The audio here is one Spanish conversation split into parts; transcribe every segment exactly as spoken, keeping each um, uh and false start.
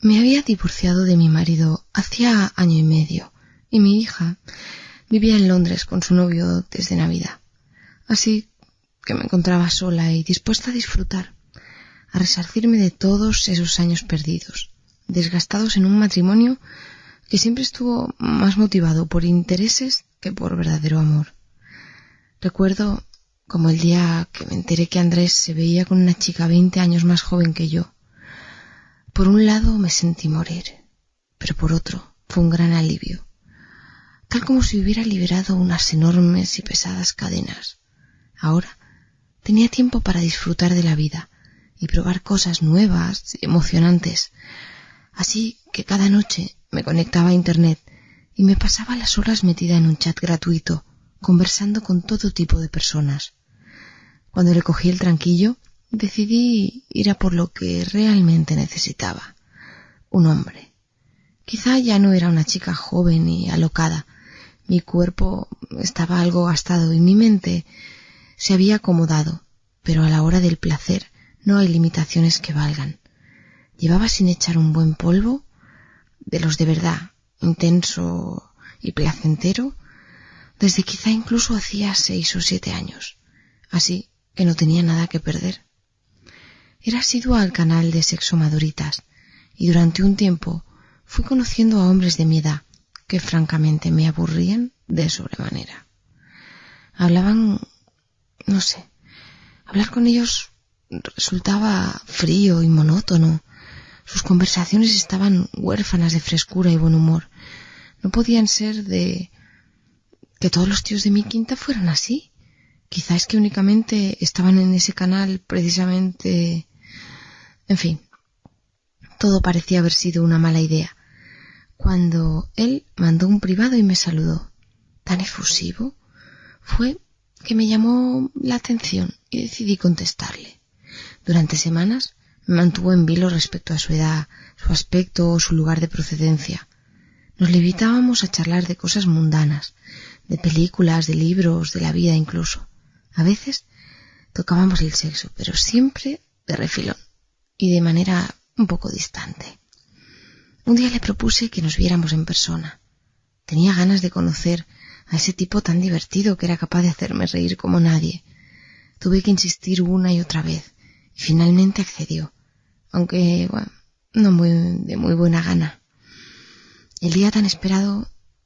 Me había divorciado de mi marido hacía año y medio y mi hija vivía en Londres con su novio desde Navidad. Así que me encontraba sola y dispuesta a disfrutar, a resarcirme de todos esos años perdidos, desgastados en un matrimonio que siempre estuvo más motivado por intereses que por verdadero amor. Recuerdo como el día que me enteré que Andrés se veía con una chica veinte años más joven que yo. Por un lado me sentí morir, pero por otro fue un gran alivio, tal como si hubiera liberado unas enormes y pesadas cadenas. Ahora tenía tiempo para disfrutar de la vida y probar cosas nuevas y emocionantes, así que cada noche me conectaba a internet y me pasaba las horas metida en un chat gratuito, conversando con todo tipo de personas. Cuando le cogí el tranquillo, decidí ir a por lo que realmente necesitaba, un hombre. Quizá ya no era una chica joven y alocada. Mi cuerpo estaba algo gastado y mi mente se había acomodado, pero a la hora del placer no hay limitaciones que valgan. Llevaba sin echar un buen polvo, de los de verdad, intenso y placentero, desde quizá incluso hacía seis o siete años, así que no tenía nada que perder. Era asidua al canal de Sexo Maduritas y durante un tiempo fui conociendo a hombres de mi edad que francamente me aburrían de sobremanera. Hablaban, no sé, hablar con ellos resultaba frío y monótono. Sus conversaciones estaban huérfanas de frescura y buen humor. No podían ser de que todos los tíos de mi quinta fueran así. Quizá es que únicamente estaban en ese canal precisamente... En fin, todo parecía haber sido una mala idea, cuando él mandó un privado y me saludó. Tan efusivo fue que me llamó la atención y decidí contestarle. Durante semanas me mantuvo en vilo respecto a su edad, su aspecto o su lugar de procedencia. Nos limitábamos a charlar de cosas mundanas, de películas, de libros, de la vida incluso. A veces tocábamos el sexo, pero siempre de refilón y de manera un poco distante. Un día le propuse que nos viéramos en persona. Tenía ganas de conocer a ese tipo tan divertido que era capaz de hacerme reír como nadie. Tuve que insistir una y otra vez y finalmente accedió, aunque bueno, no muy, de muy buena gana. El día tan esperado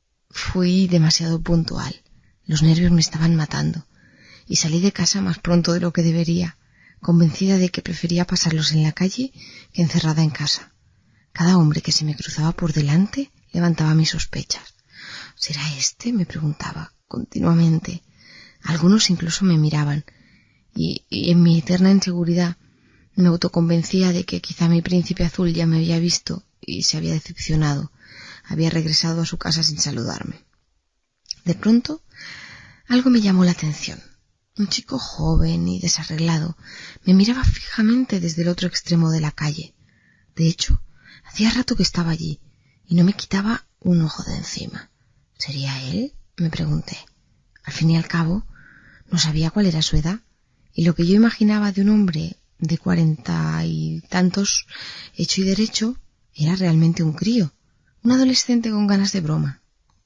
fui demasiado puntual. Los nervios me estaban matando y salí de casa más pronto de lo que debería, convencida de que prefería pasarlos en la calle que encerrada en casa. Cada hombre que se me cruzaba por delante levantaba mis sospechas. ¿Será este?, me preguntaba continuamente. Algunos incluso me miraban y, y en mi eterna inseguridad me autoconvencía de que quizá mi príncipe azul ya me había visto y se había decepcionado. Había regresado a su casa sin saludarme. De pronto, algo me llamó la atención. Un chico joven y desarreglado me miraba fijamente desde el otro extremo de la calle. De hecho, hacía rato que estaba allí y no me quitaba un ojo de encima. ¿Sería él?, me pregunté. Al fin y al cabo, no sabía cuál era su edad, y lo que yo imaginaba de un hombre de cuarenta y tantos, hecho y derecho, era realmente un crío, un adolescente con ganas de broma.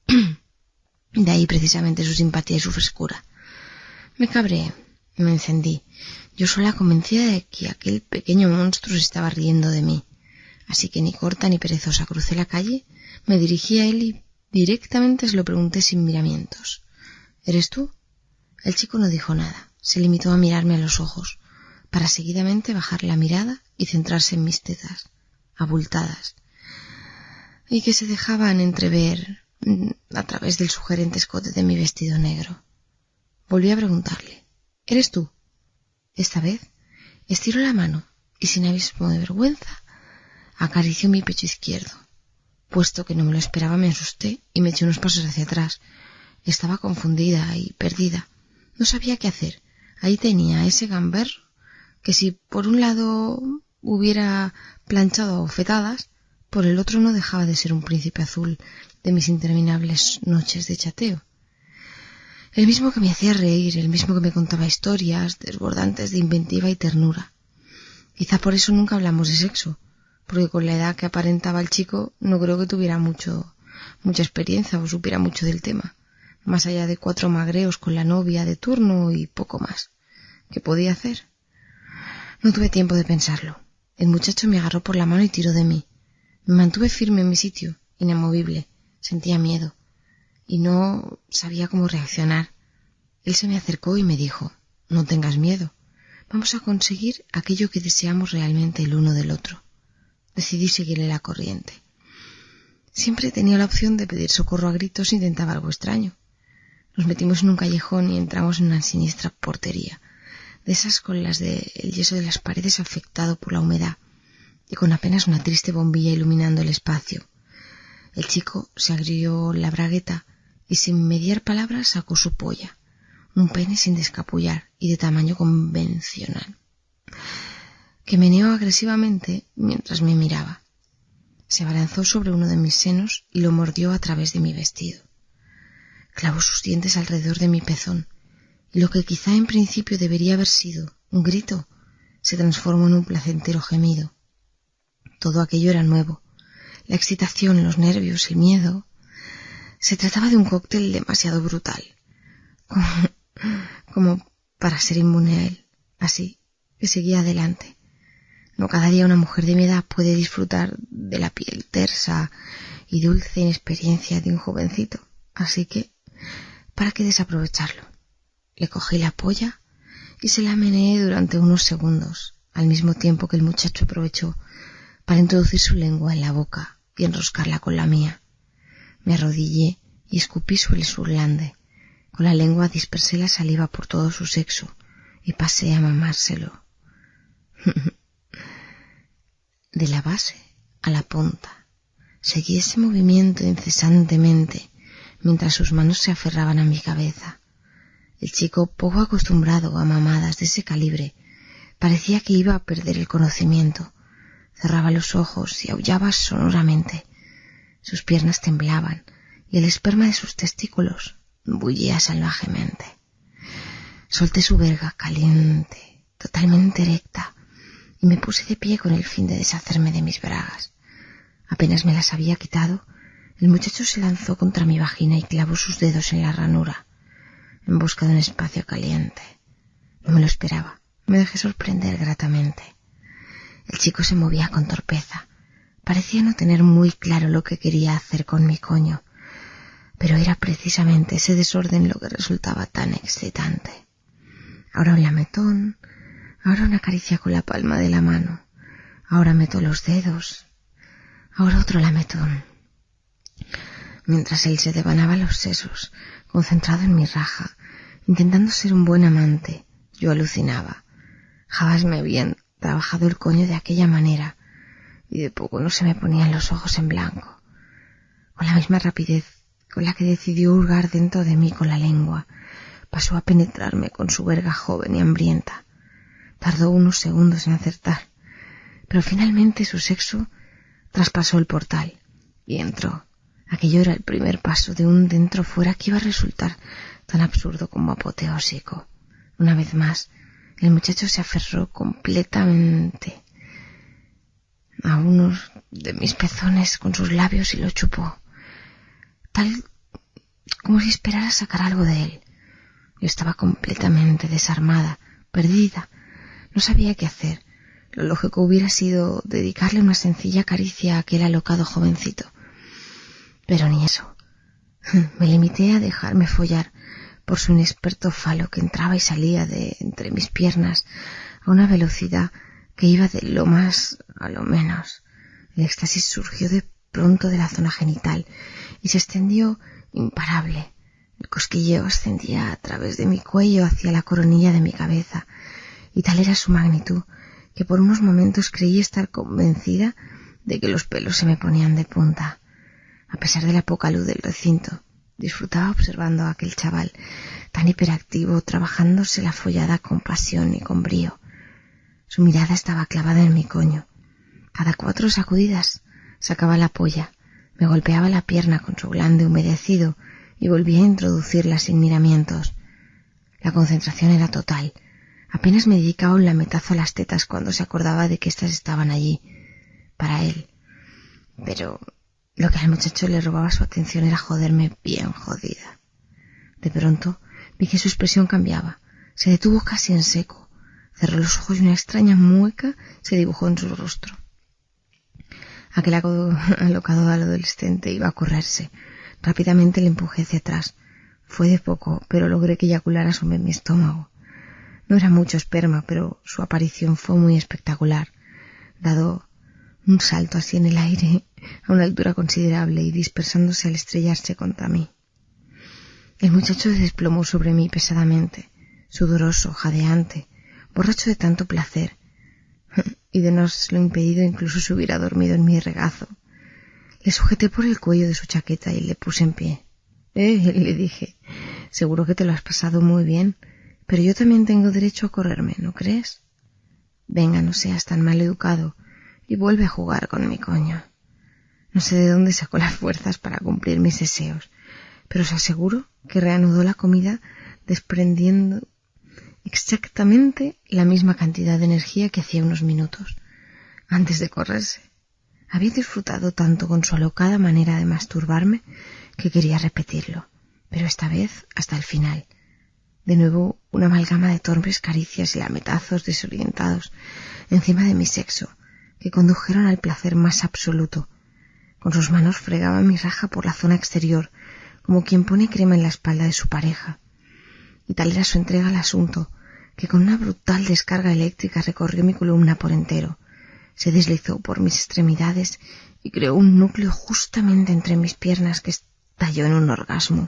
De ahí precisamente su simpatía y su frescura. Me cabreé, me encendí, yo sola convencida de que aquel pequeño monstruo se estaba riendo de mí. Así que ni corta ni perezosa crucé la calle, me dirigí a él y directamente se lo pregunté sin miramientos. ¿Eres tú? El chico no dijo nada, se limitó a mirarme a los ojos, para seguidamente bajar la mirada y centrarse en mis tetas, abultadas, y que se dejaban entrever a través del sugerente escote de mi vestido negro. Volví a preguntarle, ¿eres tú? Esta vez estiró la mano y sin abismo de vergüenza acarició mi pecho izquierdo. Puesto que no me lo esperaba, me asusté y me eché unos pasos hacia atrás. Estaba confundida y perdida. No sabía qué hacer. Ahí tenía ese gamberro que si por un lado hubiera planchado a bofetadas, por el otro no dejaba de ser un príncipe azul de mis interminables noches de chateo. El mismo que me hacía reír, el mismo que me contaba historias desbordantes de inventiva y ternura. Quizá por eso nunca hablamos de sexo, porque con la edad que aparentaba el chico no creo que tuviera mucho, mucha experiencia o supiera mucho del tema, más allá de cuatro magreos con la novia de turno y poco más. ¿Qué podía hacer? No tuve tiempo de pensarlo. El muchacho me agarró por la mano y tiró de mí. Me mantuve firme en mi sitio, inamovible. Sentía miedo y no sabía cómo reaccionar. Él se me acercó y me dijo: no tengas miedo. Vamos a conseguir aquello que deseamos realmente el uno del otro. Decidí seguirle la corriente. Siempre tenía la opción de pedir socorro a gritos si intentaba algo extraño. Nos metimos en un callejón y entramos en una siniestra portería, de esas con las del yeso de las paredes afectado por la humedad y con apenas una triste bombilla iluminando el espacio. El chico se agrió la bragueta y sin mediar palabras sacó su polla, un pene sin descapullar y de tamaño convencional, que meneó agresivamente mientras me miraba. Se abalanzó sobre uno de mis senos y lo mordió a través de mi vestido. Clavó sus dientes alrededor de mi pezón y lo que quizá en principio debería haber sido un grito se transformó en un placentero gemido. Todo aquello era nuevo. La excitación, los nervios, el miedo. Se trataba de un cóctel demasiado brutal, como, como para ser inmune a él. Así que seguía adelante. No cada día una mujer de mi edad puede disfrutar de la piel tersa y dulce inexperiencia de un jovencito. Así que, ¿para qué desaprovecharlo? Le cogí la polla y se la meneé durante unos segundos, al mismo tiempo que el muchacho aprovechó para introducir su lengua en la boca y enroscarla con la mía. Me arrodillé y escupí sobre su glande. Con la lengua dispersé la saliva por todo su sexo y pasé a mamárselo. De la base a la punta. Seguí ese movimiento incesantemente mientras sus manos se aferraban a mi cabeza. El chico, poco acostumbrado a mamadas de ese calibre, parecía que iba a perder el conocimiento. Cerraba los ojos y aullaba sonoramente. Sus piernas temblaban y el esperma de sus testículos bullía salvajemente. Solté su verga caliente, totalmente erecta, y me puse de pie con el fin de deshacerme de mis bragas. Apenas me las había quitado, el muchacho se lanzó contra mi vagina y clavó sus dedos en la ranura, en busca de un espacio caliente. No me lo esperaba. Me dejé sorprender gratamente. El chico se movía con torpeza. Parecía no tener muy claro lo que quería hacer con mi coño, pero era precisamente ese desorden lo que resultaba tan excitante. Ahora un lametón, ahora una caricia con la palma de la mano, ahora meto los dedos, ahora otro lametón. Mientras él se devanaba los sesos, concentrado en mi raja, intentando ser un buen amante, yo alucinaba. Jamás me habían trabajado el coño de aquella manera, y de poco no se me ponían los ojos en blanco. Con la misma rapidez con la que decidió hurgar dentro de mí con la lengua, pasó a penetrarme con su verga joven y hambrienta. Tardó unos segundos en acertar, pero finalmente su sexo traspasó el portal y entró. Aquello era el primer paso de un dentro fuera que iba a resultar tan absurdo como apoteósico. Una vez más, el muchacho se aferró completamente a uno de mis pezones con sus labios y lo chupó, tal como si esperara sacar algo de él. Yo estaba completamente desarmada, perdida. No sabía qué hacer. Lo lógico hubiera sido dedicarle una sencilla caricia a aquel alocado jovencito. Pero ni eso. Me limité a dejarme follar por su inexperto falo que entraba y salía de entre mis piernas a una velocidad que iba de lo más a lo menos. El éxtasis surgió de pronto de la zona genital y se extendió imparable. El cosquilleo ascendía a través de mi cuello hacia la coronilla de mi cabeza, y tal era su magnitud que por unos momentos creí estar convencida de que los pelos se me ponían de punta. A pesar de la poca luz del recinto, disfrutaba observando a aquel chaval tan hiperactivo, trabajándose la follada con pasión y con brío. Su mirada estaba clavada en mi coño. Cada cuatro sacudidas sacaba la polla, me golpeaba la pierna con su glande humedecido y volvía a introducirla sin miramientos. La concentración era total. Apenas me dedicaba un lametazo a las tetas cuando se acordaba de que éstas estaban allí. para él. Pero lo que al muchacho le robaba su atención era joderme bien jodida. De pronto vi que su expresión cambiaba. Se detuvo casi en seco. Cerró los ojos y una extraña mueca se dibujó en su rostro. Aquel alocado adolescente iba a correrse. Rápidamente le empujé hacia atrás. Fue de poco, pero logré que eyaculara sobre mi estómago. No era mucho esperma, pero su aparición fue muy espectacular, dado un salto así en el aire a una altura considerable y dispersándose al estrellarse contra mí. El muchacho se desplomó sobre mí pesadamente, sudoroso, jadeante, borracho de tanto placer, y de no lo impedido incluso se hubiera dormido en mi regazo. Le sujeté por el cuello de su chaqueta y le puse en pie. Eh, le dije, seguro que te lo has pasado muy bien, pero yo también tengo derecho a correrme, ¿no crees? Venga, no seas tan mal educado y vuelve a jugar con mi coño. No sé de dónde sacó las fuerzas para cumplir mis deseos, pero os aseguro que reanudó la comida desprendiendo exactamente la misma cantidad de energía que hacía unos minutos, antes de correrse. Había disfrutado tanto con su alocada manera de masturbarme que quería repetirlo, pero esta vez hasta el final. De nuevo una amalgama de torpes caricias y lametazos desorientados encima de mi sexo, que condujeron al placer más absoluto. Con sus manos fregaba mi raja por la zona exterior, como quien pone crema en la espalda de su pareja. Y tal era su entrega al asunto, que con una brutal descarga eléctrica recorrió mi columna por entero, se deslizó por mis extremidades y creó un núcleo justamente entre mis piernas que estalló en un orgasmo.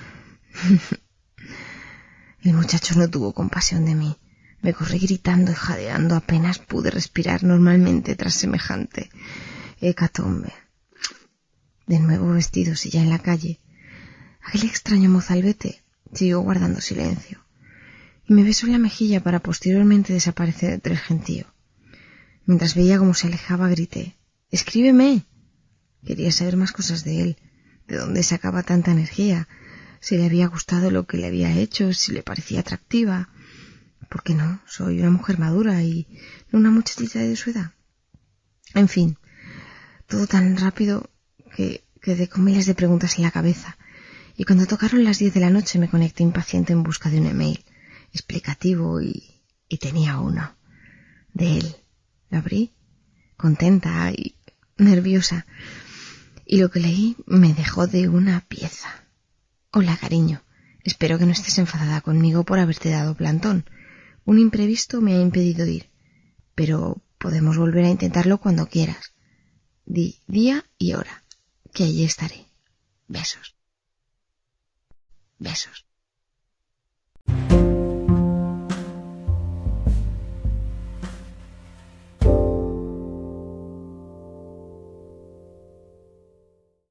El muchacho no tuvo compasión de mí. Me corrí gritando y jadeando, apenas pude respirar normalmente tras semejante hecatombe. De nuevo vestidos y ya en la calle, aquel extraño mozalbete siguió guardando silencio y me besó en la mejilla para posteriormente desaparecer entre el gentío. Mientras veía cómo se alejaba, grité: «¡Escríbeme!». Quería saber más cosas de él, de dónde sacaba tanta energía, si le había gustado lo que le había hecho, si le parecía atractiva. ¿Por qué no? Soy una mujer madura y no una muchachita de su edad. En fin, todo tan rápido que quedé con miles de preguntas en la cabeza, y cuando tocaron las diez de la noche me conecté impaciente en busca de un email explicativo y, y tenía uno de él. Lo abrí, contenta y nerviosa, y lo que leí me dejó de una pieza. Hola, cariño. Espero que no estés enfadada conmigo por haberte dado plantón. Un imprevisto me ha impedido ir, pero podemos volver a intentarlo cuando quieras. Di día y hora, que allí estaré. Besos. Besos.